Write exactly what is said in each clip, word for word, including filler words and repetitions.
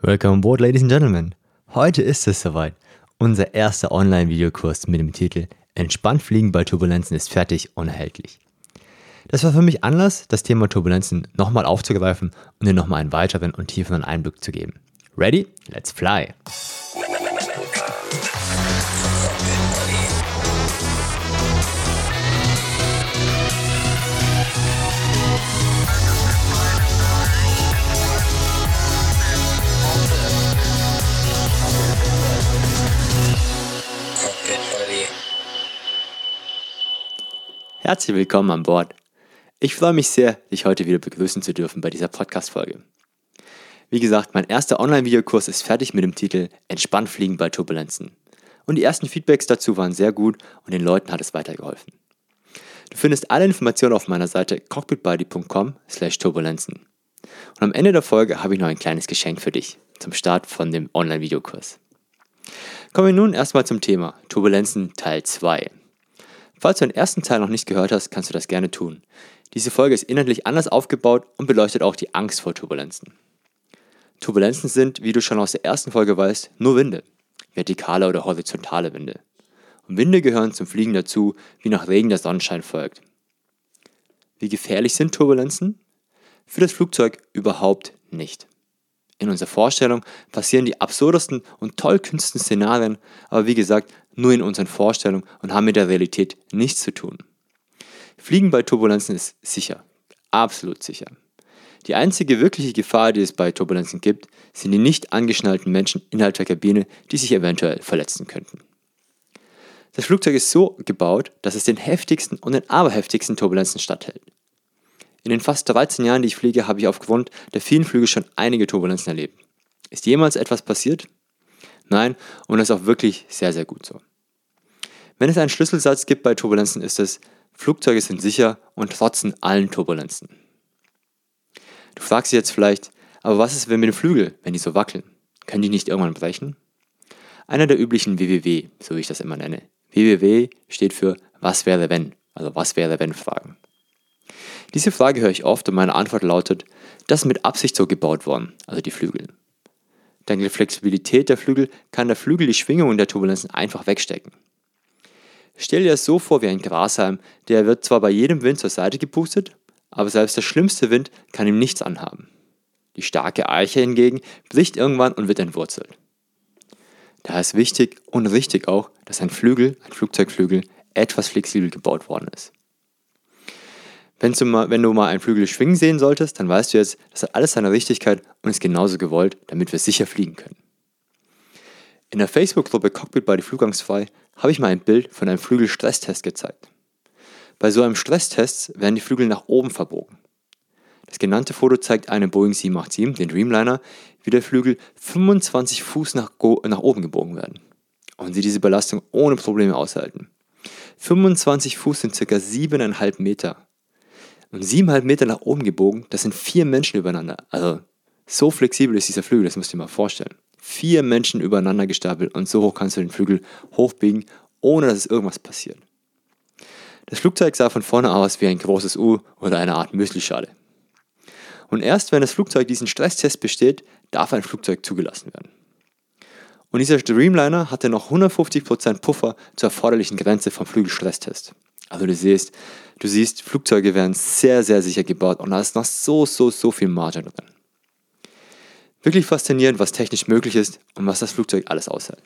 Welcome on board, ladies and gentlemen. Heute ist es soweit. Unser erster Online-Videokurs mit dem Titel Entspannt fliegen bei Turbulenzen ist fertig und erhältlich. Das war für mich Anlass, das Thema Turbulenzen nochmal aufzugreifen und dir nochmal einen weiteren und tieferen Einblick zu geben. Ready? Let's fly! Herzlich willkommen an Bord. Ich freue mich sehr, dich heute wieder begrüßen zu dürfen bei dieser Podcast-Folge. Wie gesagt, mein erster Online-Videokurs ist fertig mit dem Titel Entspannt fliegen bei Turbulenzen. Und die ersten Feedbacks dazu waren sehr gut und den Leuten hat es weitergeholfen. Du findest alle Informationen auf meiner Seite cockpitbuddy punkt com slash turbulenzen. Und am Ende der Folge habe ich noch ein kleines Geschenk für dich zum Start von dem Online-Videokurs. Kommen wir nun erstmal zum Thema Turbulenzen Teil zwei. Falls du den ersten Teil noch nicht gehört hast, kannst du das gerne tun. Diese Folge ist inhaltlich anders aufgebaut und beleuchtet auch die Angst vor Turbulenzen. Turbulenzen sind, wie du schon aus der ersten Folge weißt, nur Winde, vertikale oder horizontale Winde. Und Winde gehören zum Fliegen dazu, wie nach Regen der Sonnenschein folgt. Wie gefährlich sind Turbulenzen? Für das Flugzeug überhaupt nicht. In unserer Vorstellung passieren die absurdesten und tollkühnsten Szenarien, aber wie gesagt, nur in unseren Vorstellungen und haben mit der Realität nichts zu tun. Fliegen bei Turbulenzen ist sicher, absolut sicher. Die einzige wirkliche Gefahr, die es bei Turbulenzen gibt, sind die nicht angeschnallten Menschen innerhalb der Kabine, die sich eventuell verletzen könnten. Das Flugzeug ist so gebaut, dass es den heftigsten und den aberheftigsten Turbulenzen standhält. In den fast dreizehn Jahren, die ich fliege, habe ich aufgrund der vielen Flüge schon einige Turbulenzen erlebt. Ist jemals etwas passiert? Nein, und das ist auch wirklich sehr, sehr gut so. Wenn es einen Schlüsselsatz gibt bei Turbulenzen, ist es: Flugzeuge sind sicher und trotzen allen Turbulenzen. Du fragst dich jetzt vielleicht, aber was ist denn mit dem Flügel, wenn die so wackeln? Können die nicht irgendwann brechen? Einer der üblichen W W W, so wie ich das immer nenne. W W W steht für Was wäre wenn? Also was wäre wenn Fragen. Diese Frage höre ich oft und meine Antwort lautet: Das ist mit Absicht so gebaut worden, also die Flügel. Dank der Flexibilität der Flügel kann der Flügel die Schwingungen der Turbulenzen einfach wegstecken. Stell dir das so vor wie ein Grashalm, der wird zwar bei jedem Wind zur Seite gepustet, aber selbst der schlimmste Wind kann ihm nichts anhaben. Die starke Eiche hingegen bricht irgendwann und wird entwurzelt. Daher ist wichtig und richtig auch, dass ein Flügel, ein Flugzeugflügel, etwas flexibel gebaut worden ist. Wenn du, mal, wenn du mal einen Flügel schwingen sehen solltest, dann weißt du jetzt, das hat alles seine Richtigkeit und ist genauso gewollt, damit wir sicher fliegen können. In der Facebook-Gruppe Cockpit Buddy Flugangstfrei habe ich mal ein Bild von einem Flügel-Stresstest gezeigt. Bei so einem Stresstest werden die Flügel nach oben verbogen. Das genannte Foto zeigt einen Boeing sieben acht sieben, den Dreamliner, wie der Flügel fünfundzwanzig Fuß nach, go- nach oben gebogen werden und sie diese Belastung ohne Probleme aushalten. fünfundzwanzig Fuß sind ca. sieben Komma fünf Meter. Und sieben Komma fünf Meter nach oben gebogen, das sind vier Menschen übereinander. Also so flexibel ist dieser Flügel, das musst du dir mal vorstellen. Vier Menschen übereinander gestapelt und so hoch kannst du den Flügel hochbiegen, ohne dass es irgendwas passiert. Das Flugzeug sah von vorne aus wie ein großes U oder eine Art Müslischale. Und erst wenn das Flugzeug diesen Stresstest besteht, darf ein Flugzeug zugelassen werden. Und dieser Dreamliner hatte noch hundertfünfzig Prozent Puffer zur erforderlichen Grenze vom Flügelstresstest. Also du siehst, du siehst, Flugzeuge werden sehr, sehr sicher gebaut und da ist noch so, so, so viel Margin drin. Wirklich faszinierend, was technisch möglich ist und was das Flugzeug alles aushält.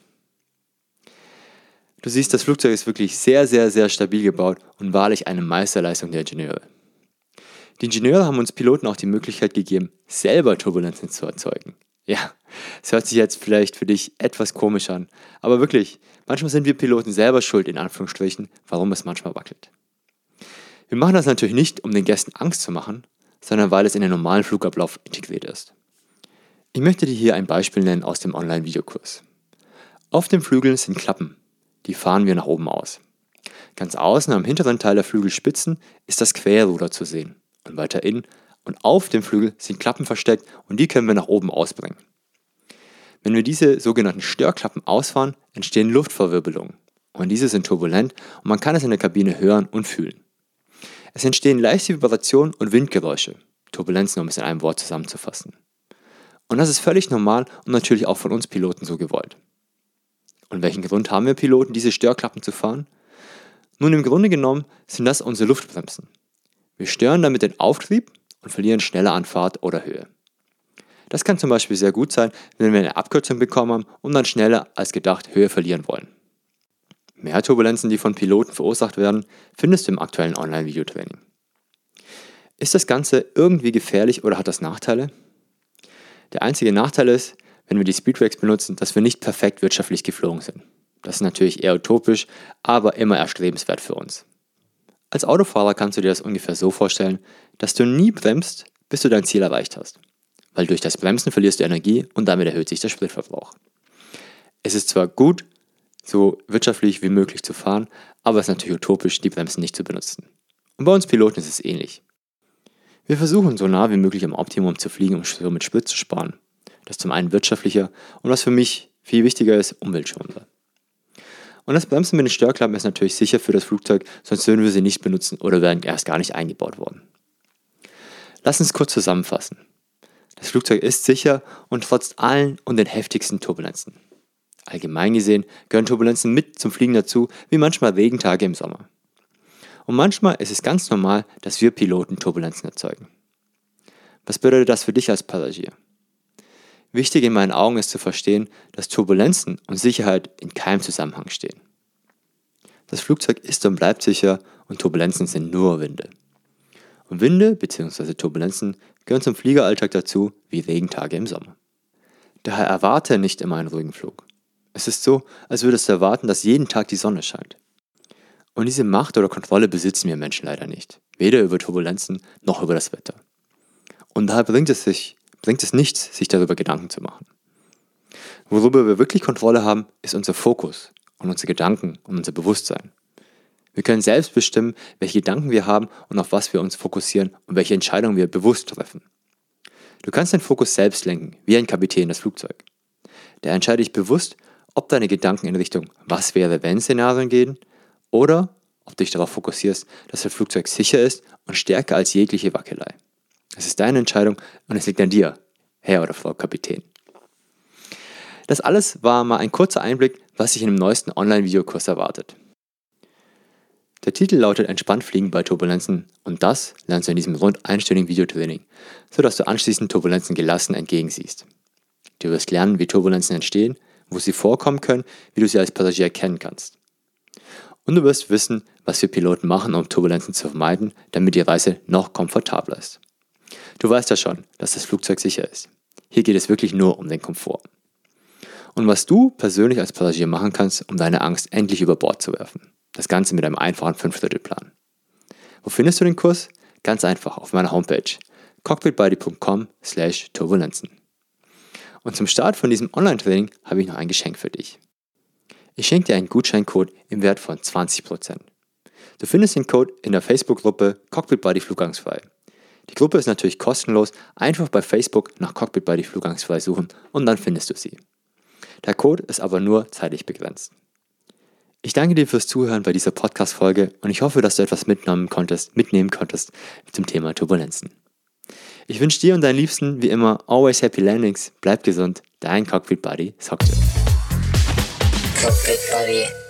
Du siehst, das Flugzeug ist wirklich sehr, sehr, sehr stabil gebaut und wahrlich eine Meisterleistung der Ingenieure. Die Ingenieure haben uns Piloten auch die Möglichkeit gegeben, selber Turbulenzen zu erzeugen. Ja, es hört sich jetzt vielleicht für dich etwas komisch an, aber wirklich, manchmal sind wir Piloten selber schuld, in Anführungsstrichen, warum es manchmal wackelt. Wir machen das natürlich nicht, um den Gästen Angst zu machen, sondern weil es in den normalen Flugablauf integriert ist. Ich möchte dir hier ein Beispiel nennen aus dem Online-Videokurs. Auf den Flügeln sind Klappen, die fahren wir nach oben aus. Ganz außen am hinteren Teil der Flügelspitzen ist das Querruder zu sehen und weiter innen und auf dem Flügel sind Klappen versteckt und die können wir nach oben ausbringen. Wenn wir diese sogenannten Störklappen ausfahren, entstehen Luftverwirbelungen und diese sind turbulent und man kann es in der Kabine hören und fühlen. Es entstehen leichte Vibrationen und Windgeräusche, Turbulenzen, um es in einem Wort zusammenzufassen. Und das ist völlig normal und natürlich auch von uns Piloten so gewollt. Und welchen Grund haben wir Piloten, diese Störklappen zu fahren? Nun, im Grunde genommen sind das unsere Luftbremsen. Wir stören damit den Auftrieb und verlieren schneller an Fahrt oder Höhe. Das kann zum Beispiel sehr gut sein, wenn wir eine Abkürzung bekommen haben und dann schneller als gedacht Höhe verlieren wollen. Mehr Turbulenzen, die von Piloten verursacht werden, findest du im aktuellen Online-Videotraining. Ist das Ganze irgendwie gefährlich oder hat das Nachteile? Der einzige Nachteil ist, wenn wir die Speedbrakes benutzen, dass wir nicht perfekt wirtschaftlich geflogen sind. Das ist natürlich eher utopisch, aber immer erstrebenswert für uns. Als Autofahrer kannst du dir das ungefähr so vorstellen, dass du nie bremst, bis du dein Ziel erreicht hast. Weil durch das Bremsen verlierst du Energie und damit erhöht sich der Spritverbrauch. Es ist zwar gut, so wirtschaftlich wie möglich zu fahren, aber es ist natürlich utopisch, die Bremsen nicht zu benutzen. Und bei uns Piloten ist es ähnlich. Wir versuchen so nah wie möglich am Optimum zu fliegen, um somit Sprit zu sparen. Das ist zum einen wirtschaftlicher und was für mich viel wichtiger ist, umweltschonender. Und das Bremsen mit den Störklappen ist natürlich sicher für das Flugzeug, sonst würden wir sie nicht benutzen oder wären erst gar nicht eingebaut worden. Lass uns kurz zusammenfassen. Das Flugzeug ist sicher und trotz allen und den heftigsten Turbulenzen. Allgemein gesehen gehören Turbulenzen mit zum Fliegen dazu, wie manchmal Regentage im Sommer. Und manchmal ist es ganz normal, dass wir Piloten Turbulenzen erzeugen. Was bedeutet das für dich als Passagier? Wichtig in meinen Augen ist zu verstehen, dass Turbulenzen und Sicherheit in keinem Zusammenhang stehen. Das Flugzeug ist und bleibt sicher und Turbulenzen sind nur Winde. Und Winde bzw. Turbulenzen gehören zum Fliegeralltag dazu wie Regentage im Sommer. Daher erwarte nicht immer einen ruhigen Flug. Es ist so, als würdest du erwarten, dass jeden Tag die Sonne scheint. Und diese Macht oder Kontrolle besitzen wir Menschen leider nicht. Weder über Turbulenzen noch über das Wetter. Und daher bringt es sich bringt es nichts, sich darüber Gedanken zu machen. Worüber wir wirklich Kontrolle haben, ist unser Fokus und unsere Gedanken und unser Bewusstsein. Wir können selbst bestimmen, welche Gedanken wir haben und auf was wir uns fokussieren und welche Entscheidungen wir bewusst treffen. Du kannst deinen Fokus selbst lenken, wie ein Kapitän das Flugzeug. Da entscheide ich bewusst, ob deine Gedanken in Richtung was wäre wenn Szenarien gehen oder ob du dich darauf fokussierst, dass das Flugzeug sicher ist und stärker als jegliche Wackelei. Es ist deine Entscheidung und es liegt an dir, Herr oder Frau Kapitän. Das alles war mal ein kurzer Einblick, was sich in dem neuesten Online-Videokurs erwartet. Der Titel lautet Entspannt fliegen bei Turbulenzen und das lernst du in diesem rund einstündigen Videotraining, sodass du anschließend Turbulenzen gelassen entgegensiehst. Du wirst lernen, wie Turbulenzen entstehen, wo sie vorkommen können, wie du sie als Passagier erkennen kannst. Und du wirst wissen, was wir Piloten machen, um Turbulenzen zu vermeiden, damit die Reise noch komfortabler ist. Du weißt ja schon, dass das Flugzeug sicher ist. Hier geht es wirklich nur um den Komfort. Und was du persönlich als Passagier machen kannst, um deine Angst endlich über Bord zu werfen. Das Ganze mit einem einfachen fünf-Drittel-Plan. Wo findest du den Kurs? Ganz einfach auf meiner Homepage cockpitbuddy punkt com slash turbulenzen. Und zum Start von diesem Online-Training habe ich noch ein Geschenk für dich. Ich schenke dir einen Gutscheincode im Wert von zwanzig Prozent. Du findest den Code in der Facebook-Gruppe Cockpit Buddy Flugangstfrei. Die Gruppe ist natürlich kostenlos, einfach bei Facebook nach Cockpit Buddy Flugangstfrei suchen und dann findest du sie. Der Code ist aber nur zeitlich begrenzt. Ich danke dir fürs Zuhören bei dieser Podcast-Folge und ich hoffe, dass du etwas mitnehmen konntest, mitnehmen konntest zum Thema Turbulenzen. Ich wünsche dir und deinen Liebsten wie immer always happy landings, bleib gesund, dein Cockpit Buddy Sockte. Cockpit Buddy.